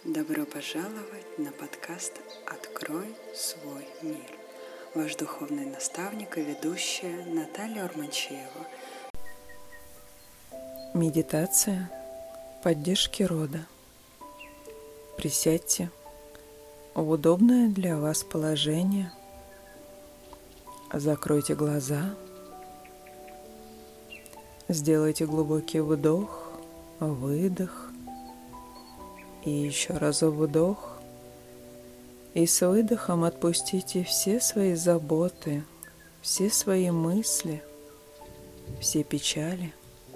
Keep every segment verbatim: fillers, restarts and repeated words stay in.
Добро пожаловать на подкаст «Открой свой мир». Ваш духовный наставник и ведущая Наталья Урманчеева. Медитация поддержки рода. Присядьте в удобное для вас положение. Закройте глаза. Сделайте глубокий вдох, выдох. И еще раз вдох. И с выдохом отпустите все свои заботы, все свои мысли, все печали.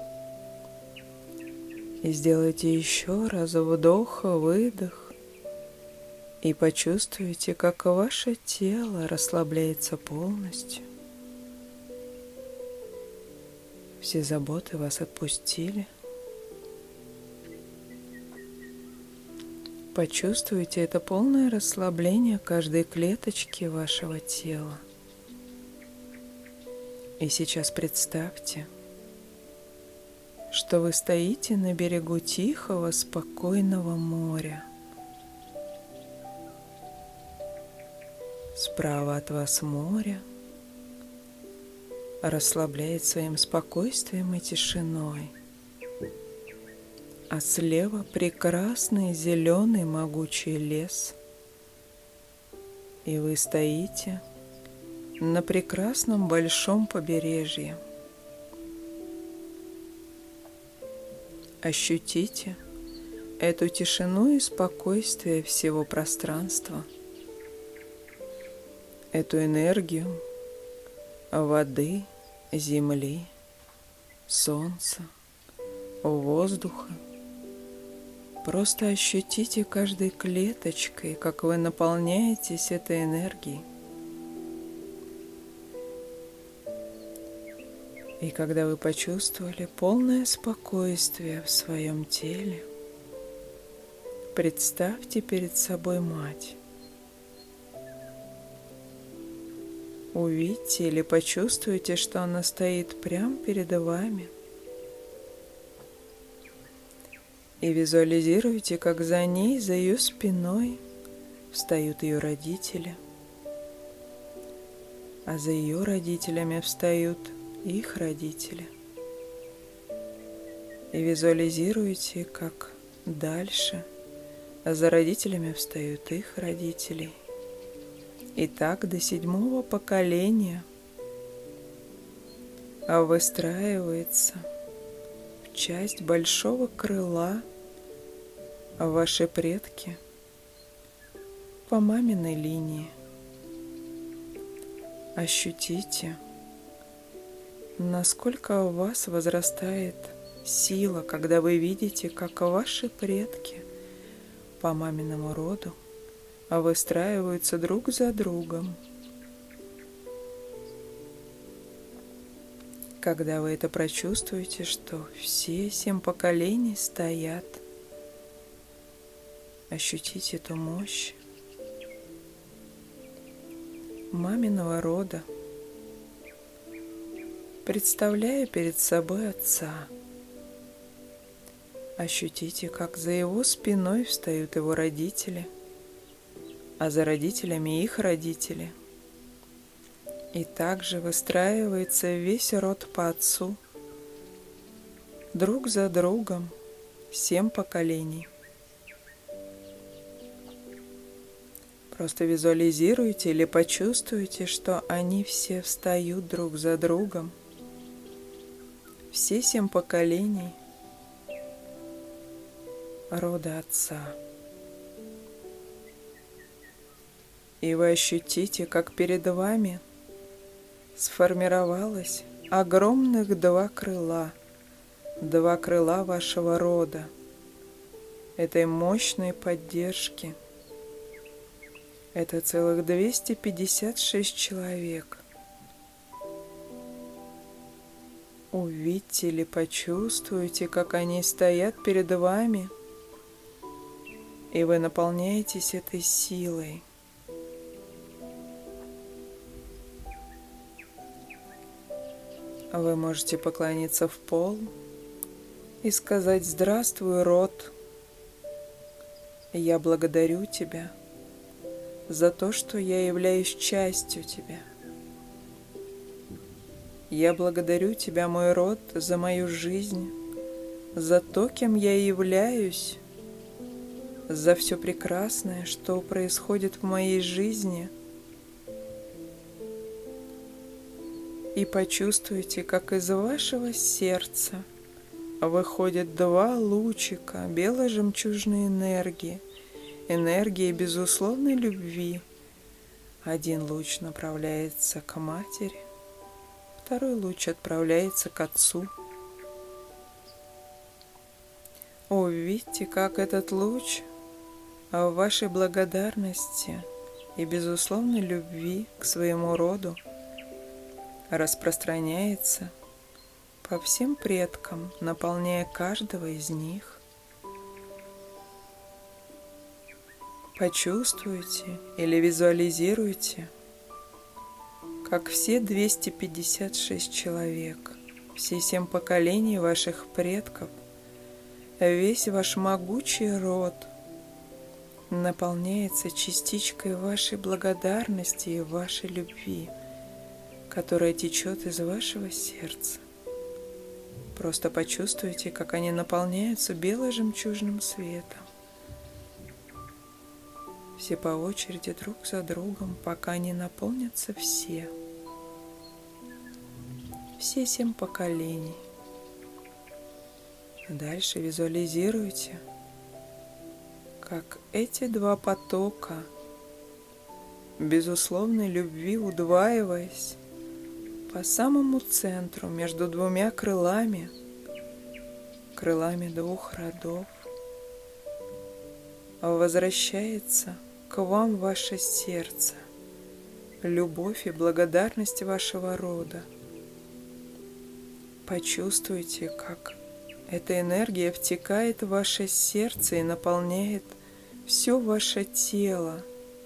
И сделайте еще раз вдох, выдох. И почувствуйте, как ваше тело расслабляется полностью. Все заботы вас отпустили. Почувствуйте это полное расслабление каждой клеточки вашего тела. И сейчас представьте, что вы стоите на берегу тихого, спокойного моря. Справа от вас море расслабляет своим спокойствием и тишиной. А слева прекрасный зеленый могучий лес. И вы стоите на прекрасном большом побережье. Ощутите эту тишину и спокойствие всего пространства, эту энергию воды, земли, солнца, воздуха. Просто ощутите каждой клеточкой, как вы наполняетесь этой энергией. И когда вы почувствовали полное спокойствие в своем теле, представьте перед собой мать. Увидьте или почувствуйте, что она стоит прямо перед вами. И визуализируйте, как за ней, за ее спиной встают ее родители, а за ее родителями встают их родители. И визуализируйте, как дальше за родителями встают их родители. И так до седьмого поколения выстраивается в часть большого крыла ваши предки по маминой линии. Ощутите, насколько у вас возрастает сила, когда вы видите, как ваши предки по маминому роду выстраиваются друг за другом. Когда вы это прочувствуете, что все семь поколений стоят, ощутите эту мощь маминого рода, представляя перед собой отца. Ощутите, как за его спиной встают его родители, а за родителями их родители. И также выстраивается весь род по отцу, друг за другом, семь поколений. Просто визуализируйте или почувствуйте, что они все встают друг за другом, все семь поколений рода отца. И вы ощутите, как перед вами сформировалось огромных два крыла, два крыла вашего рода, этой мощной поддержки. Это целых двести пятьдесят шесть человек. Увидьте или почувствуйте, как они стоят перед вами, и вы наполняетесь этой силой. Вы можете поклониться в пол и сказать: «Здравствуй, род! Я благодарю Тебя за то, что я являюсь частью Тебя. Я благодарю Тебя, мой род, за мою жизнь, за то, кем я являюсь, за все прекрасное, что происходит в моей жизни. И почувствуйте, как из вашего сердца выходят два лучика белой жемчужной энергии, энергии безусловной любви. Один луч направляется к матери, второй луч отправляется к отцу. Увидьте, как этот луч в вашей благодарности и безусловной любви к своему роду распространяется по всем предкам, наполняя каждого из них. Почувствуйте или визуализируйте, как все двести пятьдесят шесть человек, все семь поколений ваших предков, весь ваш могучий род наполняется частичкой вашей благодарности и вашей любви, которая течет из вашего сердца. Просто почувствуйте, как они наполняются белым жемчужным светом. Все по очереди друг за другом, пока не наполнятся все. Все семь поколений. Дальше визуализируйте, как эти два потока безусловной любви, удваиваясь по самому центру между двумя крылами, крылами двух родов, возвращается к вам в ваше сердце, любовь и благодарность вашего рода. Почувствуйте, как эта энергия втекает в ваше сердце и наполняет все ваше тело.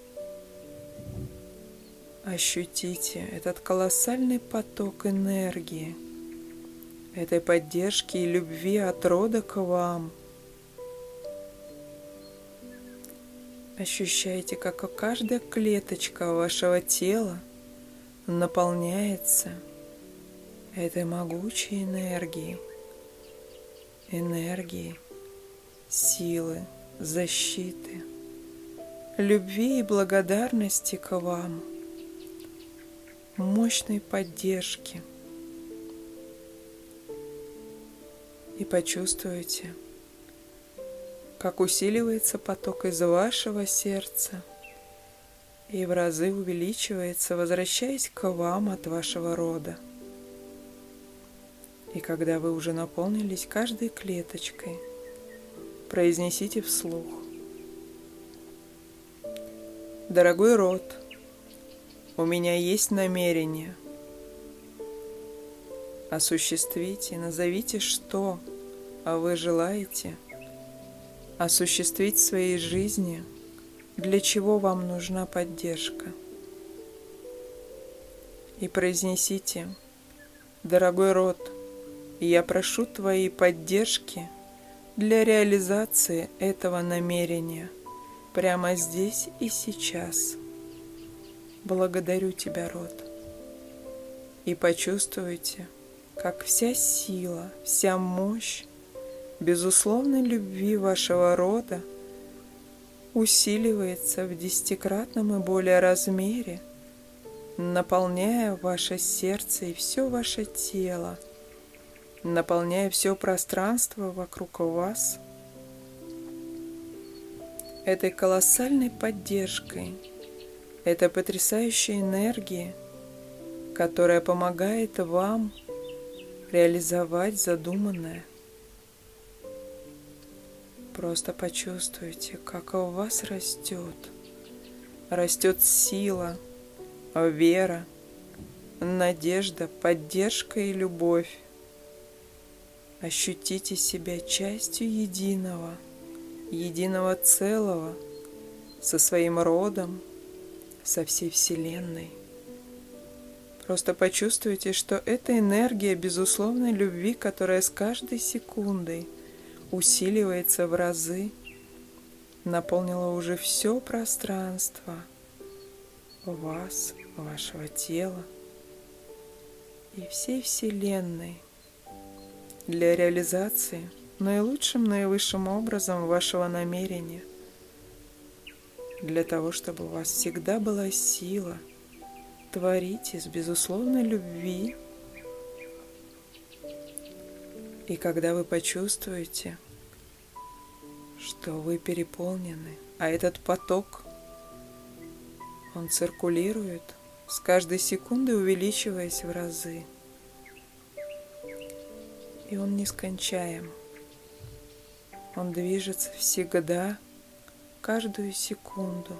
Ощутите этот колоссальный поток энергии, этой поддержки и любви от рода к вам. Ощущайте, как каждая клеточка вашего тела наполняется этой могучей энергией, энергией силы, защиты, любви и благодарности к вам, мощной поддержки. И почувствуйте, как усиливается поток из вашего сердца и в разы увеличивается, возвращаясь к вам от вашего рода. И когда вы уже наполнились каждой клеточкой, произнесите вслух: «Дорогой род, у меня есть намерение». Осуществите, назовите, что вы желаете осуществить в своей жизни, для чего вам нужна поддержка. И произнесите: «Дорогой род, я прошу твоей поддержки для реализации этого намерения прямо здесь и сейчас. Благодарю тебя, род». И почувствуйте, как вся сила, вся мощь безусловной любви вашего рода усиливается в десятикратном и более размере, наполняя ваше сердце и все ваше тело, наполняя все пространство вокруг вас этой колоссальной поддержкой, этой потрясающей энергией, которая помогает вам реализовать задуманное. Просто почувствуйте, как у вас растет, растет сила, вера, надежда, поддержка и любовь. Ощутите себя частью единого, единого целого со своим родом, со всей Вселенной. Просто почувствуйте, что это энергия безусловной любви, которая с каждой секундой усиливается в разы, наполнила уже все пространство вас, вашего тела и всей Вселенной для реализации наилучшим, наивысшим образом вашего намерения, для того, чтобы у вас всегда была сила творить из безусловной любви. И когда вы почувствуете, что вы переполнены, а этот поток, он циркулирует, с каждой секундой увеличиваясь в разы, и он нескончаем. Он движется всегда, каждую секунду.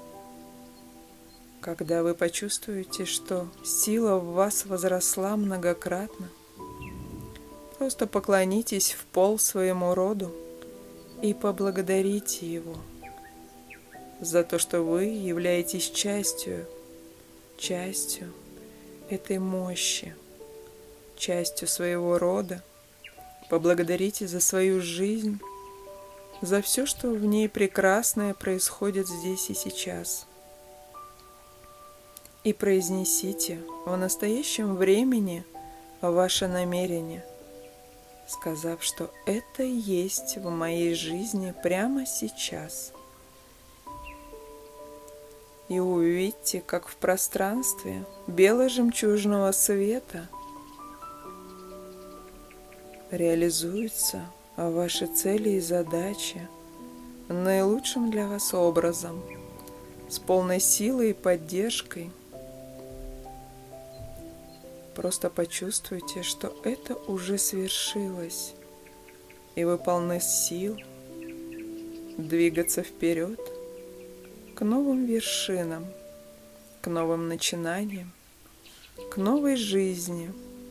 Когда вы почувствуете, что сила в вас возросла многократно, просто поклонитесь в пол своему роду и поблагодарите его за то, что вы являетесь частью, частью этой мощи, частью своего рода. Поблагодарите за свою жизнь, за все, что в ней прекрасное происходит здесь и сейчас. И произнесите в настоящем времени ваше намерение, сказав, что это есть в моей жизни прямо сейчас. И увидьте, как в пространстве бело-жемчужного света реализуются ваши цели и задачи наилучшим для вас образом, с полной силой и поддержкой. Просто почувствуйте, что это уже свершилось, и вы полны сил двигаться вперед к новым вершинам, к новым начинаниям, к новой жизни.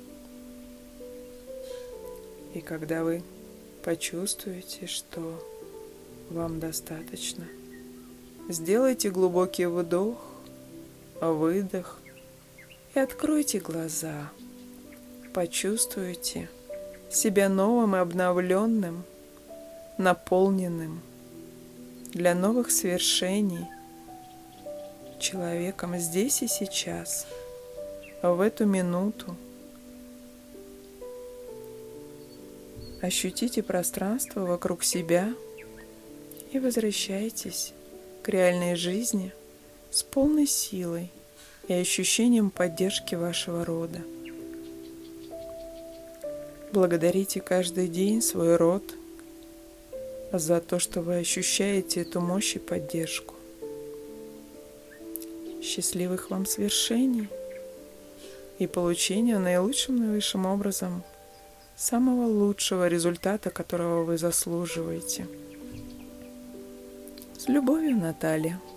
И когда вы почувствуете, что вам достаточно, сделайте глубокий вдох, выдох и откройте глаза. Почувствуйте себя новым и обновленным, наполненным для новых свершений человеком здесь и сейчас, в эту минуту. Ощутите пространство вокруг себя и возвращайтесь к реальной жизни с полной силой и ощущением поддержки вашего рода. Благодарите каждый день свой род за то, что вы ощущаете эту мощь и поддержку. Счастливых вам свершений и получения наилучшим, наивысшим образом самого лучшего результата, которого вы заслуживаете. С любовью, Наталья.